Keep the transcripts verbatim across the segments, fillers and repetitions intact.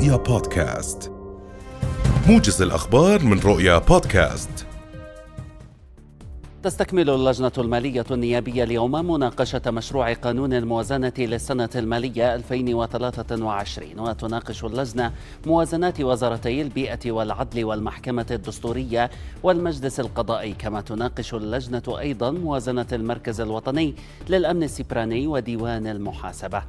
رؤيا بودكاست، موجز الأخبار من رؤيا بودكاست. تستكمل اللجنة المالية النيابية اليوم مناقشة مشروع قانون الموازنة للسنة المالية ألفين وثلاثة وعشرين، وتناقش اللجنة موازنات وزارتي البيئة والعدل والمحكمة الدستورية والمجلس القضائي، كما تناقش اللجنة أيضا موازنة المركز الوطني للأمن السيبراني وديوان المحاسبة.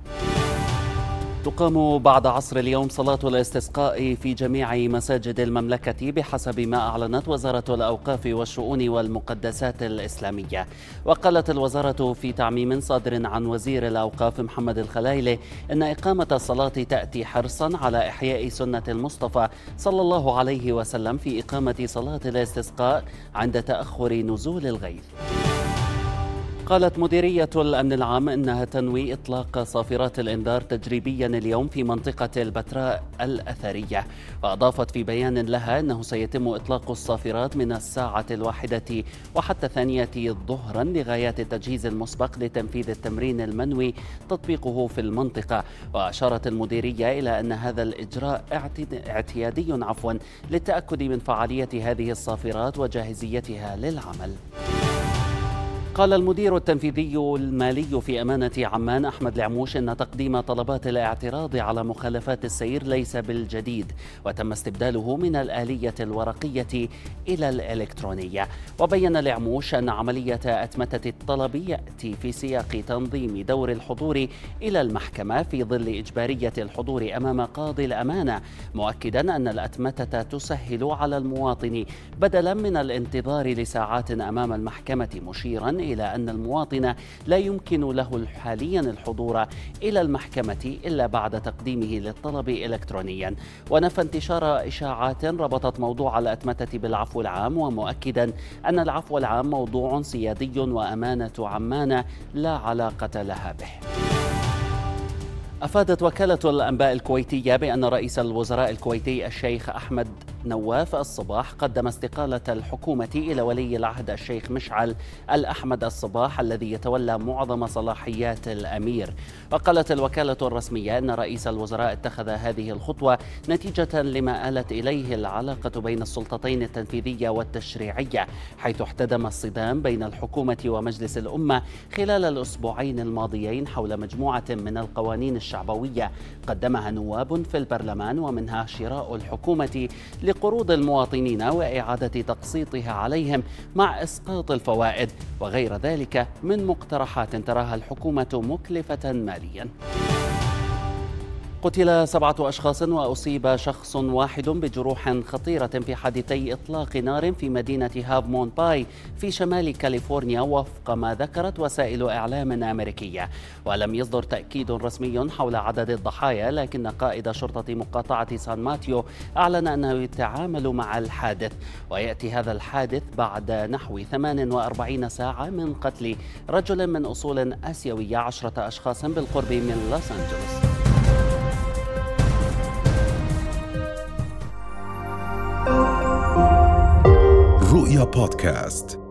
تقام بعد عصر اليوم صلاة الاستسقاء في جميع مساجد المملكة بحسب ما أعلنت وزارة الأوقاف والشؤون والمقدسات الإسلامية. وقالت الوزارة في تعميم صادر عن وزير الأوقاف محمد الخلايلي إن إقامة الصلاة تأتي حرصا على إحياء سنة المصطفى صلى الله عليه وسلم في إقامة صلاة الاستسقاء عند تأخر نزول الغيث. قالت مديرية الأمن العام إنها تنوي إطلاق صافرات الإنذار تجريبيا اليوم في منطقة البتراء الأثرية، وأضافت في بيان لها أنه سيتم إطلاق الصافرات من الساعة الواحدة وحتى ثانية ظهرا لغايات التجهيز المسبق لتنفيذ التمرين المنوي تطبيقه في المنطقة. وأشارت المديرية إلى أن هذا الإجراء اعتيادي عفوا للتأكد من فعالية هذه الصافرات وجاهزيتها للعمل. قال المدير التنفيذي المالي في أمانة عمان أحمد العموش إن تقديم طلبات الاعتراض على مخالفات السير ليس بالجديد، وتم استبداله من الآلية الورقية إلى الإلكترونية. وبين العموش أن عملية أتمتة الطلب يأتي في سياق تنظيم دور الحضور إلى المحكمة في ظل إجبارية الحضور أمام قاضي الأمانة، مؤكدا أن الأتمتة تسهل على المواطن بدلا من الانتظار لساعات أمام المحكمة، مشيرا إلى أن المواطن لا يمكن له حاليا الحضور إلى المحكمة إلا بعد تقديمه للطلب إلكترونيا. ونفى انتشار إشاعات ربطت موضوع الأتمتة بالعفو العام، ومؤكدا أن العفو العام موضوع سيادي وأمانة عمان لا علاقة لها به. أفادت وكالة الأنباء الكويتية بأن رئيس الوزراء الكويتي الشيخ أحمد نواف الصباح قدم استقالة الحكومة إلى ولي العهد الشيخ مشعل الأحمد الصباح الذي يتولى معظم صلاحيات الأمير. وقالت الوكالة الرسمية أن رئيس الوزراء اتخذ هذه الخطوة نتيجة لما آلت إليه العلاقة بين السلطتين التنفيذية والتشريعية، حيث احتدم الصدام بين الحكومة ومجلس الأمة خلال الأسبوعين الماضيين حول مجموعة من القوانين الشعبوية قدمها نواب في البرلمان، ومنها شراء الحكومة لقروض المواطنين وإعادة تقسيطها عليهم مع إسقاط الفوائد وغير ذلك من مقترحات تراها الحكومة مكلفة ماليا. قتل سبعة أشخاص وأصيب شخص واحد بجروح خطيرة في حادثي إطلاق نار في مدينة هاف مون باي في شمال كاليفورنيا، وفق ما ذكرت وسائل إعلام أمريكية. ولم يصدر تأكيد رسمي حول عدد الضحايا، لكن قائد شرطة مقاطعة سان ماتيو أعلن أنه يتعامل مع الحادث. ويأتي هذا الحادث بعد نحو ثمان وأربعين ساعة من قتل رجل من أصول آسيوية عشرة أشخاص بالقرب من لوس أنجلوس. رؤيا بودكاست.